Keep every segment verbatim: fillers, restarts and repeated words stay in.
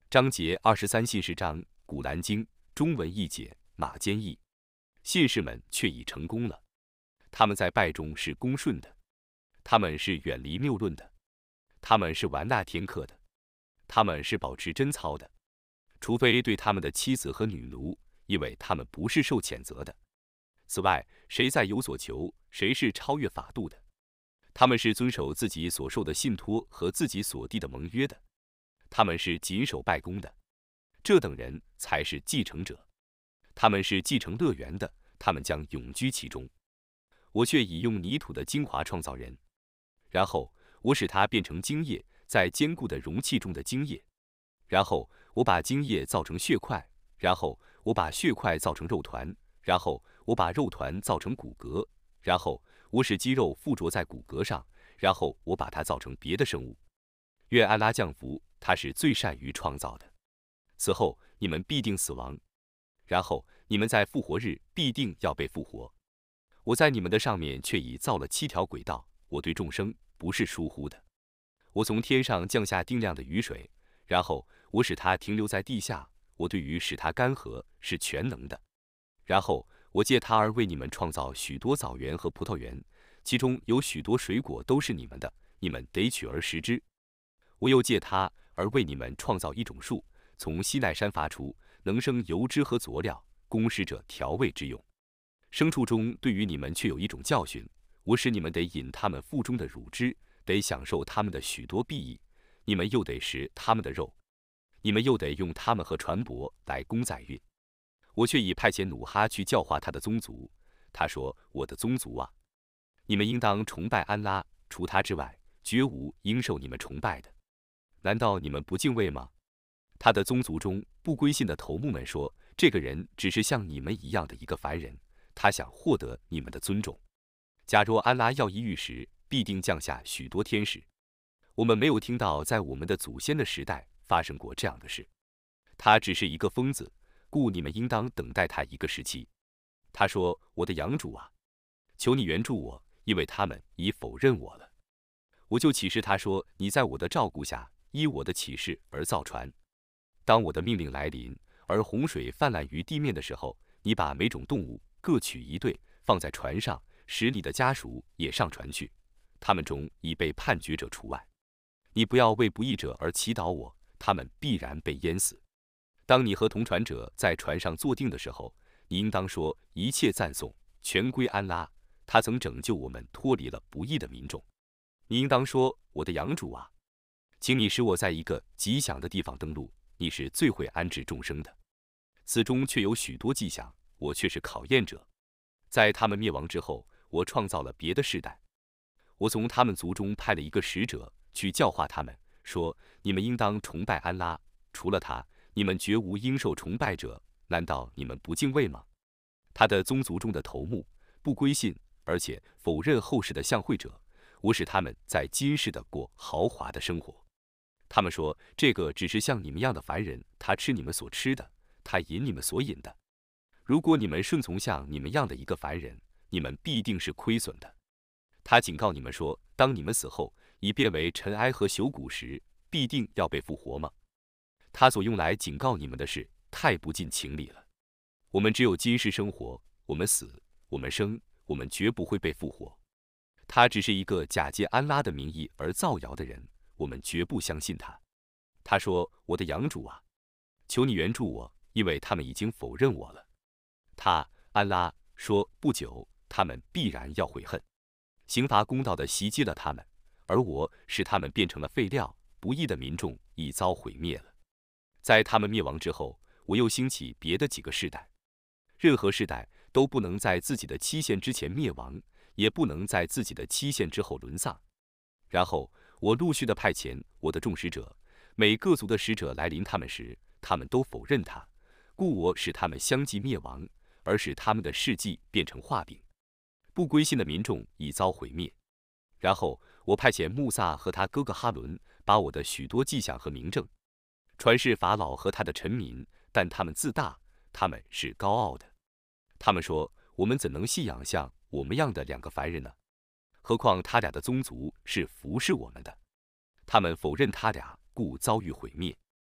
章节二十三信士章，古兰经中文译解，马坚译。信士们却已成功了，他们在拜中是恭顺的，他们是远离谬论的，他们是玩纳天课的，他们是保持贞操的，除非对他们的妻子和女奴，因为他们不是受谴责的。此外，谁在有所求，谁是超越法度的。他们是遵守自己所受的信托和自己所缔的盟约的，他们是谨守拜功的，这等人才是继承者。他们是继承乐园的，他们将永居其中。我却已用泥土的精华创造人，然后我使它变成精液，在坚固的容器中的精液。然后我把精液造成血块，然后我把血块造成肉团，然后我把肉团造成骨骼，然后我使肌肉附着在骨骼上，然后我把它造成别的生物。愿安拉降福，他是最善于创造的。此后你们必定死亡，然后你们在复活日必定要被复活。我在你们的上面却已造了七条轨道，我对众生不是疏忽的。我从天上降下定量的雨水，然后我使它停留在地下，我对于使它干涸是全能的。然后我借它而为你们创造许多枣园和葡萄园，其中有许多水果都是你们的，你们得取而食之。我又借它而为你们创造一种树，从西奈山发出，能生油脂和佐料，供使者调味之用。牲畜中对于你们却有一种教训，我使你们得饮他们腹中的乳汁，得享受他们的许多裨益，你们又得食他们的肉，你们又得用他们和船舶来供载运。我却已派遣努哈去教化他的宗族，他说：我的宗族啊，你们应当崇拜安拉，除他之外，绝无应受你们崇拜的。难道你们不敬畏吗？他的宗族中不归信的头目们说，这个人只是像你们一样的一个凡人，他想获得你们的尊重。假若安拉要一遇时，必定降下许多天使。我们没有听到在我们的祖先的时代发生过这样的事。他只是一个疯子，故你们应当等待他一个时期。他说：我的养主啊，求你援助我，因为他们已否认我了。我就启示他说：你在我的照顾下，依我的启示而造船。当我的命令来临，而洪水泛滥于地面的时候，你把每种动物各取一对，放在船上，使你的家属也上船去，他们中已被判决者除外。你不要为不义者而祈祷我，他们必然被淹死。当你和同船者在船上坐定的时候，你应当说：一切赞颂全归安拉，他曾拯救我们脱离了不义的民众。你应当说：我的养主啊，请你使我在一个吉祥的地方登陆，你是最会安置众生的。此中却有许多迹象，我却是考验者。在他们灭亡之后，我创造了别的世代。我从他们族中派了一个使者去教化他们，说：你们应当崇拜安拉，除了他，你们绝无应受崇拜者。难道你们不敬畏吗？他的宗族中的头目不归信，而且否认后世的相会者，我使他们在今世的过豪华的生活。他们说：这个只是像你们样的凡人，他吃你们所吃的，他饮你们所饮的。如果你们顺从像你们样的一个凡人，你们必定是亏损的。他警告你们说：当你们死后已变为尘埃和朽骨时，必定要被复活吗？他所用来警告你们的事太不近情理了。我们只有今世生活，我们死，我们生，我们绝不会被复活。他只是一个假借安拉的名义而造谣的人，我们绝不相信他。他说：我的养主啊，求你援助我，因为他们已经否认我了。他安拉说：不久他们必然要悔恨，刑罚公道的袭击了他们，而我使他们变成了废料，不义的民众已遭毁灭了。在他们灭亡之后，我又兴起别的几个世代。任何世代都不能在自己的期限之前灭亡，也不能在自己的期限之后沦丧。然后我陆续的派遣我的众使者，每各族的使者来临他们时，他们都否认他，故我使他们相继灭亡，而使他们的事迹变成画饼。不归信的民众已遭毁灭。然后我派遣穆萨和他哥哥哈伦，把我的许多迹象和明证传示法老和他的臣民，但他们自大，他们是高傲的。他们说：我们怎能信仰像我们样的两个凡人呢？何况他俩的宗族是服侍我们的。他们否认他俩，故遭遇毁灭。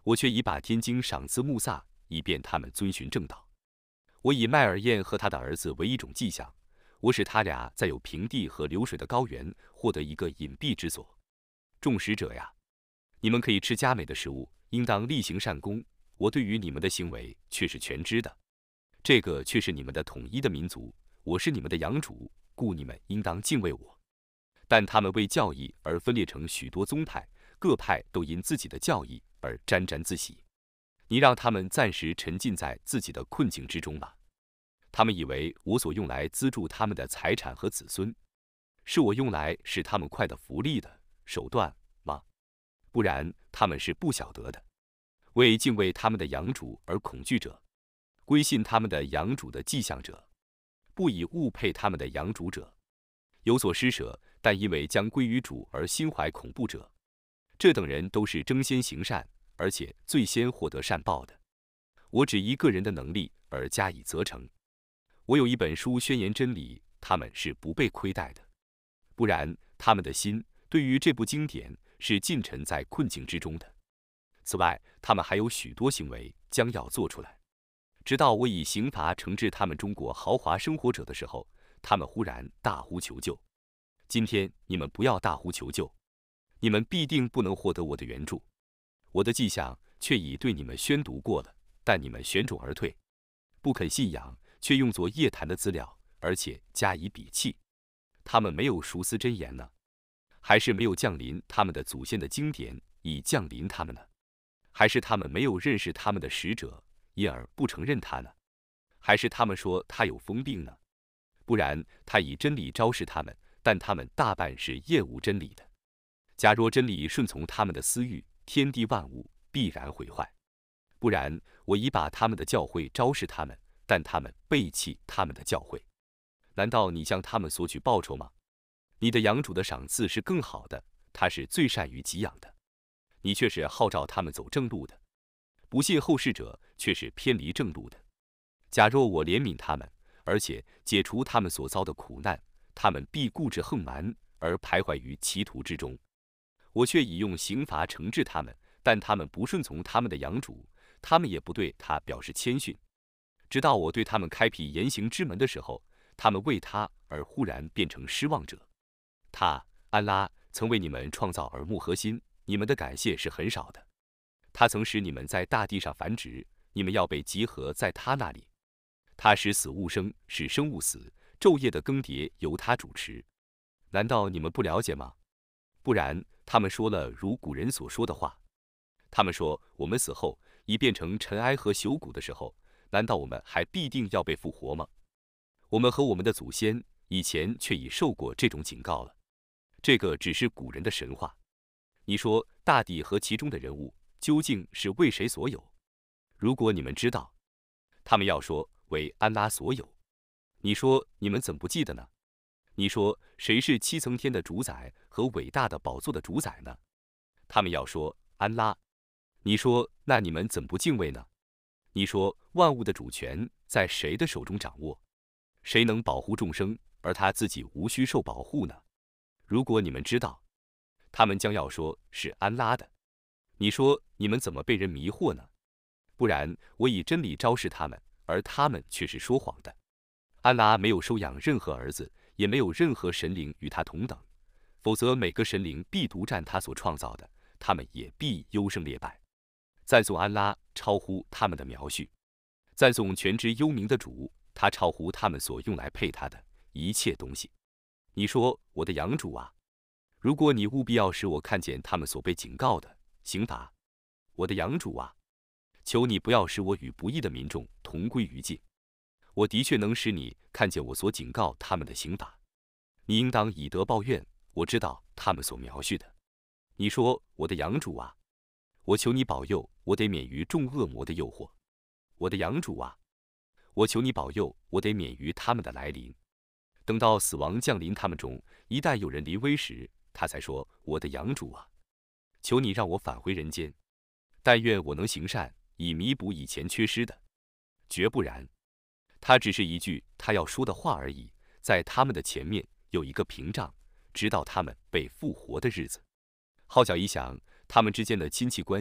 我却已把天经赏赐穆萨，以便他们遵循正道。我以麦尔燕和他的儿子为一种迹象，我使他俩在有平地和流水的高原获得一个隐蔽之所。众使者呀，你们可以吃佳美的食物，应当例行善功。我对于你们的行为却是全知的，这个却是你们的统一的民族，我是你们的养主，故你们应当敬畏我。但他们为教义而分裂成许多宗派，各派都因自己的教义而沾沾自喜。你让他们暂时沉浸在自己的困境之中吧。他们以为我所用来资助他们的财产和子孙，是我用来使他们快得福利的手段吗？不然，他们是不晓得的。为敬畏他们的养主而恐惧者，归信他们的养主的迹象者，不以物配他们的养主者，有所施舍，但因为将归于主而心怀恐怖者，这等人都是争先行善，而且最先获得善报的。我只依个人的能力而加以责成。我有一本书宣言真理，他们是不被亏待的。不然，他们的心对于这部经典是浸沉在困境之中的。此外，他们还有许多行为将要做出来。直到我以刑罚惩治他们中国豪华生活者的时候，他们忽然大呼求救。今天你们不要大呼求救，你们必定不能获得我的援助。我的迹象却已对你们宣读过了，但你们旋踵而退，不肯信仰，却用作夜谈的资料，而且加以鄙弃。他们没有熟思真言呢，还是没有降临他们的祖先的经典以降临他们呢？还是他们没有认识他们的使者，因而不承认他呢？还是他们说他有疯病呢？不然，他以真理昭示他们，但他们大半是厌恶真理的。假若真理顺从他们的私欲，天地万物必然毁坏。不然，我已把他们的教诲昭示他们，但他们背弃他们的教诲。难道你向他们索取报酬吗？你的养主的赏赐是更好的，他是最善于给养的。你却是号召他们走正路的，不信后世者却是偏离正路的。假若我怜悯他们，而且解除他们所遭的苦难，他们必固执横蛮而徘徊于歧途之中。我却已用刑罚惩治他们，但他们不顺从他们的养主，他们也不对他表示谦逊。直到我对他们开辟言行之门的时候，他们为他而忽然变成失望者。他安拉曾为你们创造耳目和心，你们的感谢是很少的。他曾使你们在大地上繁殖，你们要被集合在他那里。他使死物生，使生物死，昼夜的更迭由他主持。难道你们不了解吗？不然，他们说了如古人所说的话。他们说，我们死后已变成尘埃和朽骨的时候，难道我们还必定要被复活吗？我们和我们的祖先以前却已受过这种警告了。这个只是古人的神话。你说大地和其中的人物究竟是为谁所有？如果你们知道，他们要说为安拉所有。你说你们怎不记得呢？你说谁是七层天的主宰和伟大的宝座的主宰呢？他们要说安拉。你说那你们怎不敬畏呢？你说万物的主权在谁的手中掌握？谁能保护众生，而他自己无需受保护呢？如果你们知道，他们将要说是安拉的。你说你们怎么被人迷惑呢？不然我以真理昭示他们，而他们却是说谎的。安拉没有收养任何儿子，也没有任何神灵与他同等，否则每个神灵必独占他所创造的，他们也必优胜劣败。赞颂安拉超乎他们的描述，赞颂全知幽冥的主，他超乎他们所用来配他的一切东西。你说我的养主啊，如果你务必要使我看见他们所被警告的刑罚，我的养主啊，求你不要使我与不义的民众同归于尽。我的确能使你看见我所警告他们的刑罚，你应当以德报怨。我知道他们所描述的。你说我的养主啊，我求你保佑我得免于众恶魔的诱惑。我的养主啊，我求你保佑我得免于他们的来临。等到死亡降临他们中，一旦有人临危时，他才说：我的养主啊，求你让我返回人间。但愿我能行善，以弥补以前缺失的。绝不然，他只是一句他要说的话而已，在他们的前面有一个屏障，直到他们被复活的日子。号角一响，他们之间的亲戚关系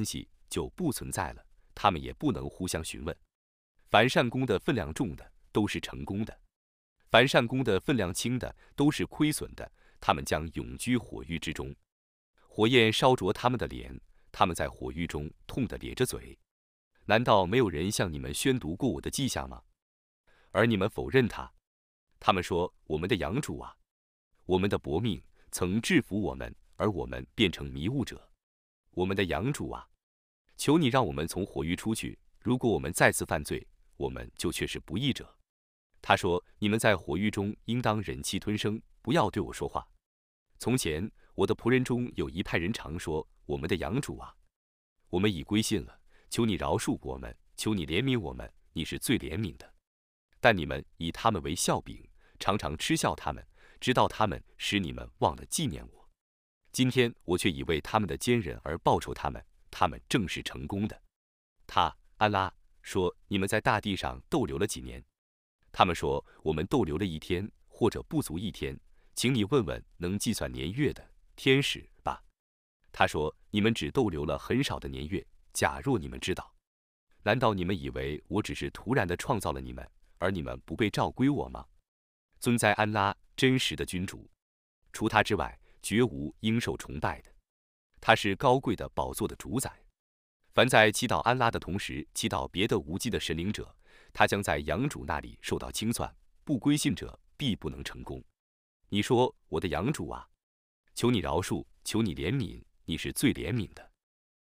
就不存在了，他们也不能互相询问。凡善功的分量重的，都是成功的；凡善功的分量轻的，都是亏损的。他们将永居火狱之中，火焰烧灼他们的脸，他们在火狱中痛得咧着嘴。难道没有人向你们宣读过我的迹象吗？而你们否认他。他们说：我们的养主啊，我们的薄命曾制服我们，而我们变成迷雾者。我们的养主啊，求你让我们从火狱出去。如果我们再次犯罪，我们就却是不义者。他说：你们在火狱中应当忍气吞声，不要对我说话。从前我的仆人中有一派人常说：我们的养主啊，我们已归信了，求你饶恕我们，求你怜悯我们，你是最怜悯的。但你们以他们为笑柄，常常嗤笑他们，直到他们使你们忘了纪念我。今天我却已为他们的坚忍而报酬他们，他们正是成功的。他安拉说：你们在大地上逗留了几年？他们说：我们逗留了一天，或者不足一天。请你问问能计算年月的天使吧。他说：你们只逗留了很少的年月。假若你们知道，难道你们以为我只是突然地创造了你们，而你们不被召归我吗？尊在安拉，真实的君主，除他之外，绝无应受崇拜的。他是高贵的宝座的主宰。凡在祈祷安拉的同时祈祷别的无稽的神灵者，他将在养主那里受到清算，不归信者必不能成功。你说：我的养主啊，求你饶恕，求你怜悯，你是最怜悯的。